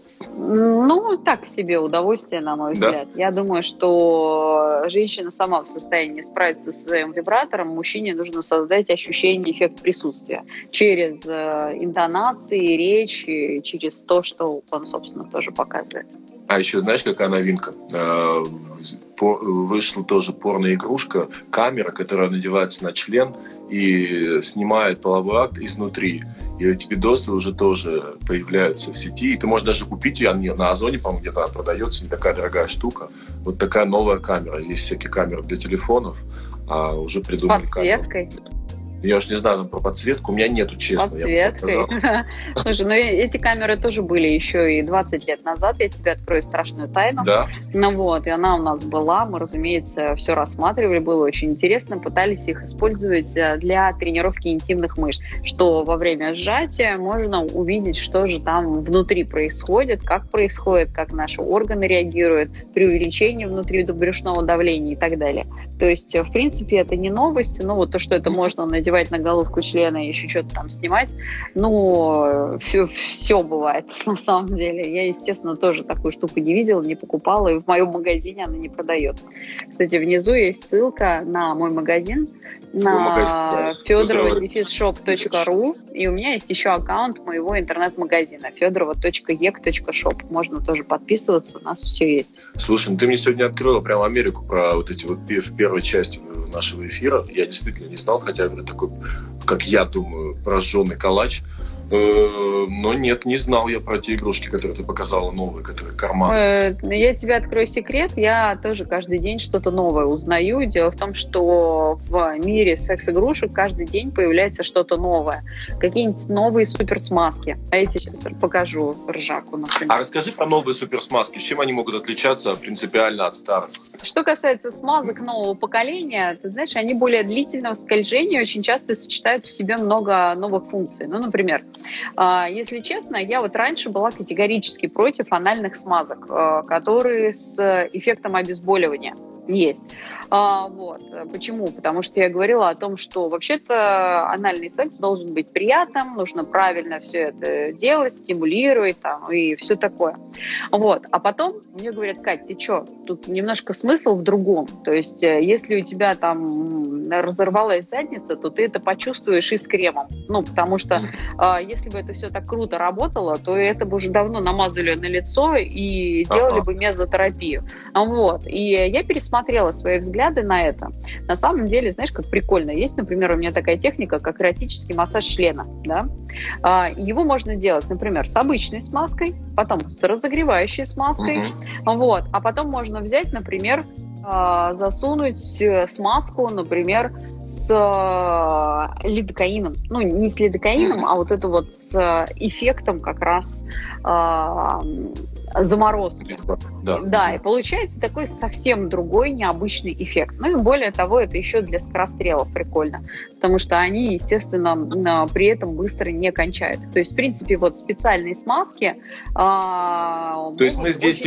Так себе удовольствие, на мой взгляд. Я думаю, что женщина сама в состоянии справиться со своим вибратором, мужчине нужно создать ощущение, эффект присутствия через интонации, речь, через то, что он, собственно, тоже показывает. А еще знаешь, какая новинка? Вышла тоже порно-игрушка, камера, которая надевается на член и снимает половой акт изнутри. И эти видосы уже тоже появляются в сети. И ты можешь даже купить ее на Озоне, по-моему, где-то она продается, не такая дорогая штука. Вот такая новая камера. Есть всякие камеры для телефонов, а уже придумали камеру. С подсветкой? Я уж не знаю про подсветку, у меня нету, честно. Подсветкой. Слушай, эти камеры тоже были еще и 20 лет назад, я тебе открою страшную тайну. Да. И она у нас была, мы, разумеется, все рассматривали, было очень интересно, пытались их использовать для тренировки интимных мышц, что во время сжатия можно увидеть, что же там внутри происходит, как наши органы реагируют при увеличении внутри брюшного давления и так далее. То есть, в принципе, это не новость, то, что это можно надевать на головку члена и еще что-то там снимать, все бывает на самом деле. Я, естественно, тоже такую штуку не видела, не покупала, и в моем магазине она не продается. Кстати, внизу есть ссылка на мой магазин, на fedorova-shop.ru, и у меня есть еще аккаунт моего интернет-магазина fedorova.ek.shop. Можно тоже подписываться, у нас все есть. Слушай, ты мне сегодня открыла прям Америку про вот эти вот в первой части нашего эфира. Я действительно не знал, хотя я такой, как я думаю, прожженный калач. Но нет, не знал я про те игрушки, которые ты показала, новые, которые карман. Я тебе открою секрет, я тоже каждый день что-то новое узнаю. Дело в том, что в мире секс-игрушек каждый день появляется что-то новое. Какие-нибудь новые суперсмазки. А я тебе сейчас покажу ржаку, например. А расскажи про новые суперсмазки. С чем они могут отличаться принципиально от старых? Что касается смазок нового поколения, ты знаешь, они более длительного скольжения очень часто сочетают в себе много новых функций. Ну, например, если честно, я вот раньше была категорически против анальных смазок, которые с эффектом обезболивания есть. Вот. Почему? Потому что я говорила о том, что вообще-то анальный секс должен быть приятным, нужно правильно все это делать, стимулировать там, и все такое. Вот. А потом мне говорят: Кать, ты что? Тут немножко смысл в другом. То есть если у тебя там разорвалась задница, то ты это почувствуешь и с кремом. Ну, потому что если бы это все так круто работало, то это бы уже давно намазали на лицо и делали бы мезотерапию. Вот. И я пересмотрела свои взгляды на это. На самом деле, знаешь, как прикольно. Есть, например, у меня такая техника, как эротический массаж члена. Да? Его можно делать, например, с обычной смазкой, потом с разогревающей смазкой. Вот. А потом можно взять, например, засунуть смазку, например, с лидокаином. Ну, не с лидокаином, а вот это вот с эффектом как раз заморозки. Да, и получается такой совсем другой, необычный эффект. Ну и более того, это еще для скорострелов прикольно, потому что они, естественно, при этом быстро не кончают. То есть, в принципе, вот специальные смазки То есть мы здесь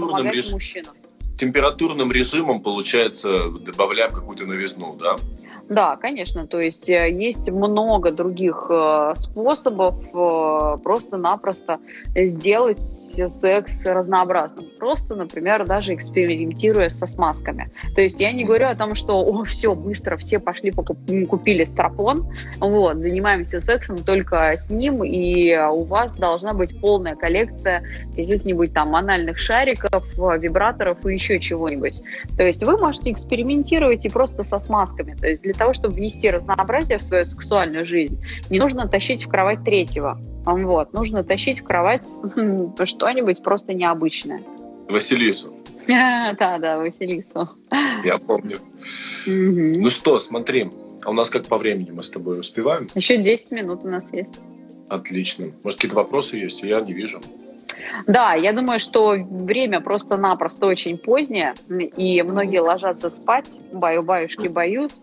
температурным режимом, получается, добавляем какую-то новизну, да? Да, конечно. То есть есть много других способов просто-напросто сделать секс разнообразным. Просто, например, даже экспериментируя со смазками. То есть я не говорю о том, что все, быстро все пошли купили стропон, вот, занимаемся сексом только с ним, и у вас должна быть полная коллекция каких-нибудь там анальных шариков, вибраторов и еще чего-нибудь. То есть вы можете экспериментировать и просто со смазками. То есть для того, чтобы внести разнообразие в свою сексуальную жизнь, не нужно тащить в кровать третьего. Вот. Нужно тащить в кровать что-нибудь просто необычное. Василису. Да, Василису. Я помню. Ну что, смотри, а у нас как по времени мы с тобой успеваем? Еще 10 минут у нас есть. Отлично. Может, какие-то вопросы есть? Я не вижу. Да, я думаю, что время просто-напросто очень позднее, и многие ложатся спать, баю-баюшки, боюсь,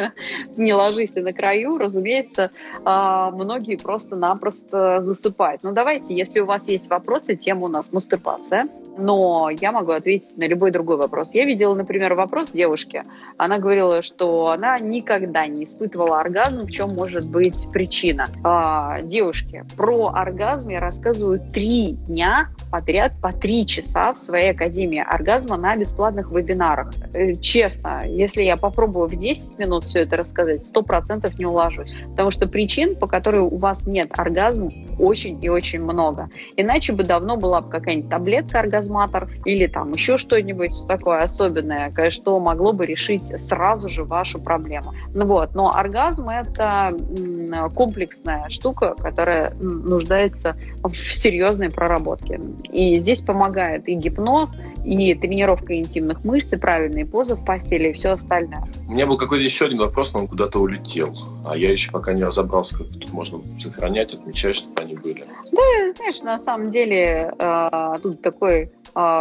не ложись на краю, разумеется, многие просто-напросто засыпают. Ну, давайте, если у вас есть вопросы, тема у нас мастурбация, но я могу ответить на любой другой вопрос. Я видела, например, вопрос девушки, она говорила, что она никогда не испытывала оргазм, в чем может быть причина. Девушки, про оргазм я рассказываю 3 дня подряд по 3 часа в своей Академии оргазма на бесплатных вебинарах. Честно, если я попробую в 10 минут все это рассказать, 100% не уложусь. Потому что причин, по которым у вас нет оргазма, очень и очень много. Иначе бы давно была бы какая-нибудь таблетка оргазматор или там еще что-нибудь такое особенное, что могло бы решить сразу же вашу проблему. Ну вот. Но оргазм – это комплексная штука, которая нуждается в серьезной проработке. И здесь помогает и гипноз, и тренировка интимных мышц, и правильные позы в постели, и все остальное. У меня был какой-то еще один вопрос, но он куда-то улетел. А я еще пока не разобрался, как тут можно сохранять, отмечать, чтобы они были. Да, знаешь, на самом деле тут такой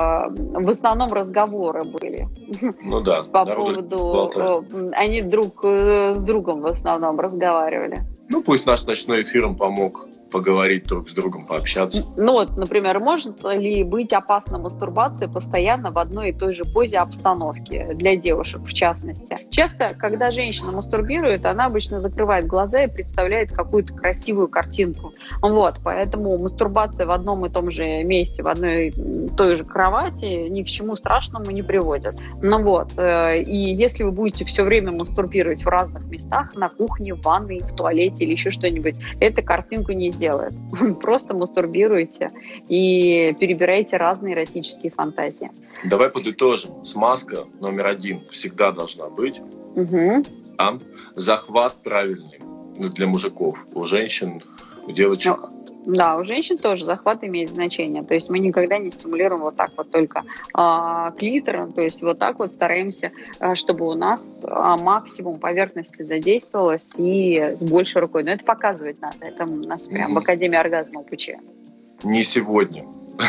в основном разговоры были. Ну да. По поводу... Они друг с другом в основном разговаривали. Ну пусть наш ночной эфир им помог поговорить друг с другом, пообщаться. Ну вот, например, может ли быть опасна мастурбация постоянно в одной и той же позе обстановки для девушек, в частности? Часто, когда женщина мастурбирует, она обычно закрывает глаза и представляет какую-то красивую картинку. Вот, поэтому мастурбация в одном и том же месте, в одной и той же кровати ни к чему страшному не приводит. Ну вот, и если вы будете все время мастурбировать в разных местах, на кухне, в ванной, в туалете или еще что-нибудь, эта картинку не сделает. Просто мастурбируйте и перебирайте разные эротические фантазии. Давай подытожим. Смазка номер 1 всегда должна быть. Угу. Захват правильный для мужиков. У женщин у девочек. Да, у женщин тоже захват имеет значение. То есть мы никогда не стимулируем вот так вот только клитор. То есть вот так вот стараемся, чтобы у нас максимум поверхности задействовалось и с большей рукой. Но это показывать надо. Это нас прям в Академии оргазма обучаем. Не сегодня.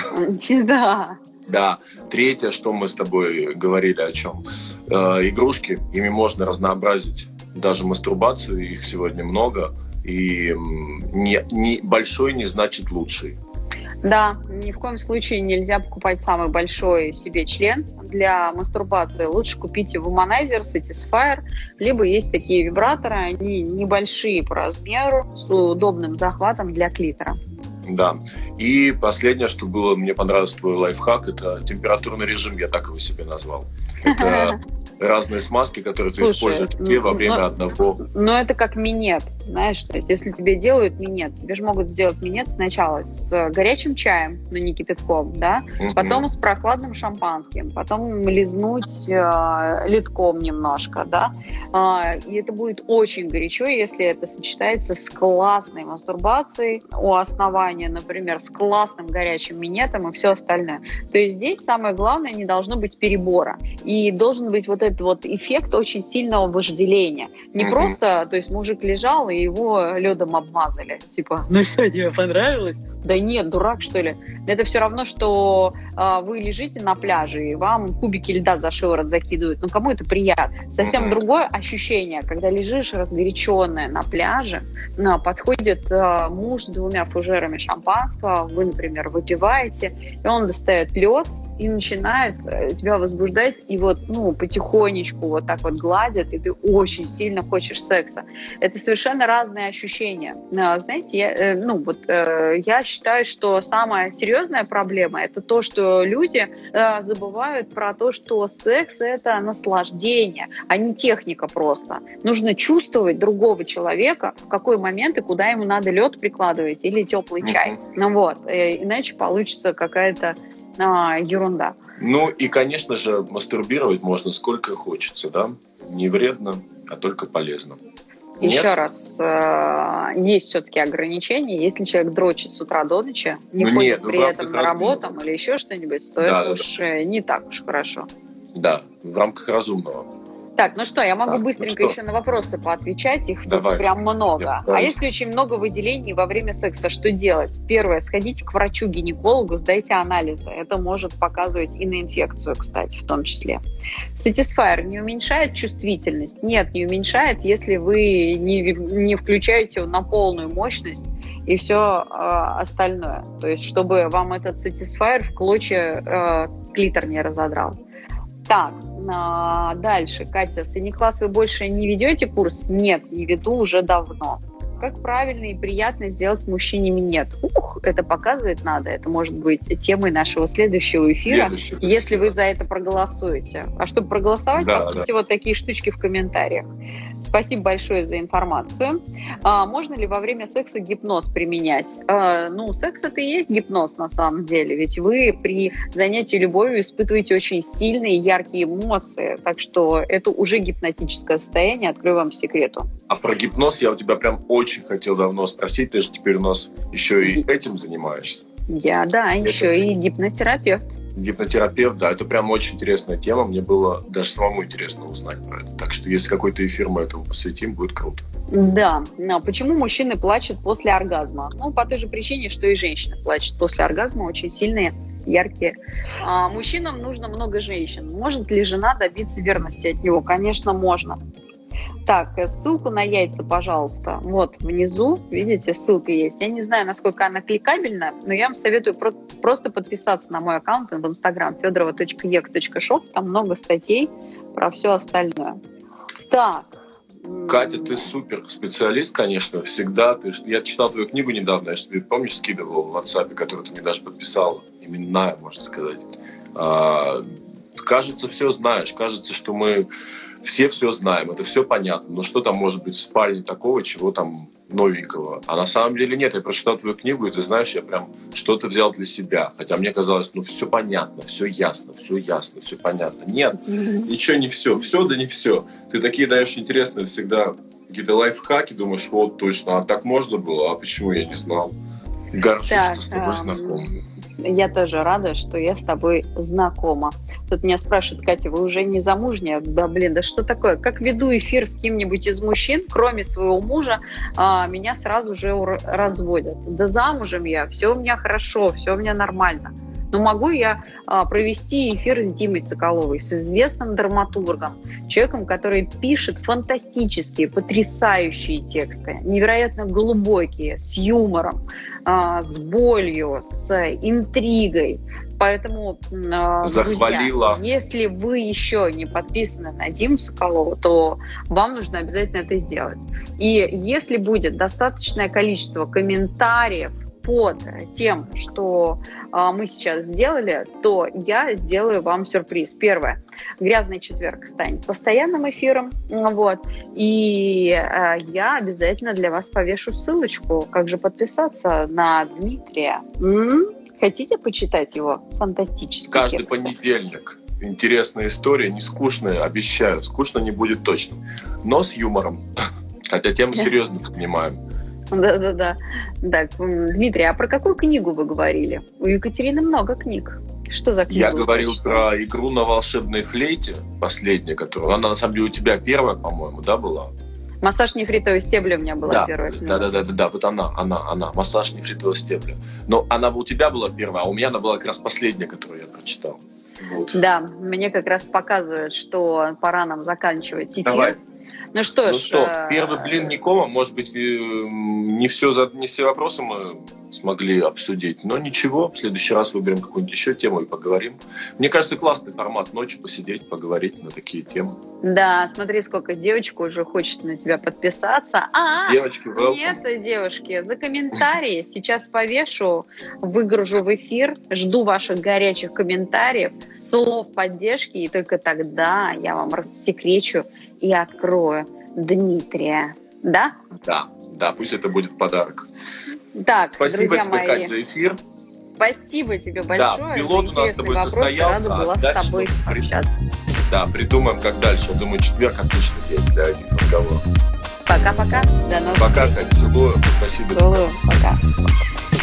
Да. Да. Третье, что мы с тобой говорили о чем. Игрушки, ими можно разнообразить даже мастурбацию, их сегодня много. И большой не значит лучший. Да, ни в коем случае нельзя покупать самый большой себе член для мастурбации. Лучше купите Womanizer, Satisfyer, либо есть такие вибраторы, они небольшие по размеру, с удобным захватом для клитора. Да. И последнее, что было, мне понравился твой лайфхак, это температурный режим, я так его себе назвал. Это разные смазки, которые ты используешь во время одного. Но это как минет, знаешь, то есть если тебе делают минет, тебе же могут сделать минет сначала с горячим чаем, но не кипятком, да, потом с прохладным шампанским, потом лизнуть ледком немножко, да, и это будет очень горячо, если это сочетается с классной мастурбацией у основания, например, с классным горячим минетом и все остальное. То есть здесь самое главное, не должно быть перебора, и должен быть вот этот вот эффект очень сильного вожделения. Не просто, то есть мужик лежал, и его ледом обмазали. Типа, ну что, тебе понравилось? Да нет, дурак, что ли? Это все равно, что вы лежите на пляже, и вам кубики льда за шиворот закидывают. Ну, кому это приятно? Совсем другое ощущение, когда лежишь разгоряченная на пляже, подходит муж с 2 фужерами шампанского, вы, например, выпиваете, и он достает лед, и начинает тебя возбуждать, и вот, потихонечку вот так вот гладит, и ты очень сильно хочешь секса. Это совершенно разные ощущения. Знаете, я считаю, что самая серьезная проблема – это то, что люди забывают про то, что секс – это наслаждение, а не техника просто. Нужно чувствовать другого человека, в какой момент и куда ему надо лед прикладывать или теплый чай. Иначе получится какая-то ерунда. Ну и, конечно же, мастурбировать можно сколько хочется, да? Не вредно, а только полезно. Еще раз, есть все-таки ограничения. Если человек дрочит с утра до ночи, не ходит при этом на работу или еще что-нибудь, то это не так уж хорошо. Да, в рамках разумного. Так, ну что, я могу быстренько еще на вопросы поотвечать, их тут прям много. А если очень много выделений во время секса, что делать? Первое, сходите к врачу-гинекологу, сдайте анализы. Это может показывать и на инфекцию, кстати, в том числе. Satisfyer не уменьшает чувствительность? Нет, не уменьшает, если вы не включаете на полную мощность и все остальное. То есть, чтобы вам этот Satisfyer в клочья клитор не разодрал. Так, дальше. Катя, с Эникласс вы больше не ведете курс? Нет, не веду уже давно. Как правильно и приятно сделать мужчине минет? Это показывать надо. Это может быть темой нашего следующего эфира, если вы за это проголосуете. А чтобы проголосовать, поставьте вот такие штучки в комментариях. Спасибо большое за информацию. Можно ли во время секса гипноз применять? Секс – это и есть гипноз на самом деле. Ведь вы при занятии любовью испытываете очень сильные, яркие эмоции. Так что это уже гипнотическое состояние, открою вам секрету. А про гипноз я у тебя прям очень хотел давно спросить. Ты же теперь у нас еще и этим занимаешься. Еще и гипнотерапевт. Гипнотерапевт, да, это прям очень интересная тема. Мне было даже самому интересно узнать про это. Так что если какой-то эфир мы этому посвятим, будет круто. Да, но почему мужчины плачут после оргазма? По той же причине, что и женщины плачут после оргазма, очень сильные, яркие. Мужчинам нужно много женщин. Может ли жена добиться верности от него? Конечно, можно. Так, ссылку на яйца, пожалуйста. Вот внизу, видите, ссылка есть. Я не знаю, насколько она кликабельна, но я вам советую просто подписаться на мой аккаунт в Инстаграм fedorova.ek.shop. Там много статей про все остальное. Так. Катя, ты супер специалист, конечно, всегда. Я читал твою книгу недавно, я же тебе, помнишь, скидывал в WhatsApp, которую ты мне даже подписала. Именная, можно сказать. Кажется, все знаешь. Кажется, что мы все знаем, это все понятно. Но что там может быть в спальне такого, чего там новенького? А на самом деле нет. Я прочитал твою книгу, и ты знаешь, я прям что-то взял для себя. Хотя мне казалось, все понятно, все ясно, все понятно. Нет, ничего не все. Все да не все. Ты такие даешь интересные всегда какие-то лайфхаки, думаешь, вот точно, а так можно было, а почему я не знал? Горжусь, Так, что с тобой знаком. я тоже рада, что я с тобой знакома. Тут меня спрашивают: Катя, вы уже не замужняя? Да, блин, да что такое? Как веду эфир с кем-нибудь из мужчин, кроме своего мужа, меня сразу же разводят. Да замужем я, все у меня хорошо, все у меня нормально. Но могу я провести эфир с Димой Соколовой, с известным драматургом, человеком, который пишет фантастические, потрясающие тексты, невероятно глубокие, с юмором, с болью, с интригой. Поэтому, Захвалила. друзья, если вы еще не подписаны на Диму Соколову, то вам нужно обязательно это сделать. И если будет достаточное количество комментариев под тем, что мы сейчас сделали, то я сделаю вам сюрприз. Первое. «Грязный четверг» станет постоянным эфиром. Вот. И я обязательно для вас повешу ссылочку, как же подписаться на Дмитрия. Хотите почитать его фантастический Каждый текст? понедельник. Интересная история, не скучная, обещаю. Скучно не будет точно. Но с юмором. Хотя тему серьезно поднимаем. Да. Так, Дмитрий, а про какую книгу вы говорили? У Екатерины много книг. Что за книга? Я говорил про игру на волшебной флейте, последняя, которая... Она, на самом деле, у тебя первая, по-моему, да, была? «Массаж нефритовой стебли» у меня была первая книга. Да, вот она, «Массаж нефритового стебля». Но она у тебя была первая, а у меня она была как раз последняя, которую я прочитал. Вот. Да, мне как раз показывает, что пора нам заканчивать эфир. Давай. Ну что, первый блин Никома, может быть, не все вопросы мы смогли обсудить, но ничего, в следующий раз выберем какую-нибудь еще тему и поговорим. Мне кажется, классный формат ночью посидеть, поговорить на такие темы. Да, смотри, сколько девочек уже хочет на тебя подписаться. Девочки, welcome. Нет, девушки, за комментарии сейчас повешу, выгружу в эфир, жду ваших горячих комментариев, слов поддержки, и только тогда я вам рассекречу и открою Дмитрия. Да? Да, пусть это будет подарок. Так, спасибо друзья тебе, мои. Кать, за эфир. Спасибо тебе большое. Да, пилот у нас с тобой состоялся. Рада была с тобой общаться. Да, придумаем, как дальше. Я думаю, четверг отличный день для этих разговоров. Пока-пока. До новых Пока, встреч. Кать, целую. Спасибо. Целую. Пока.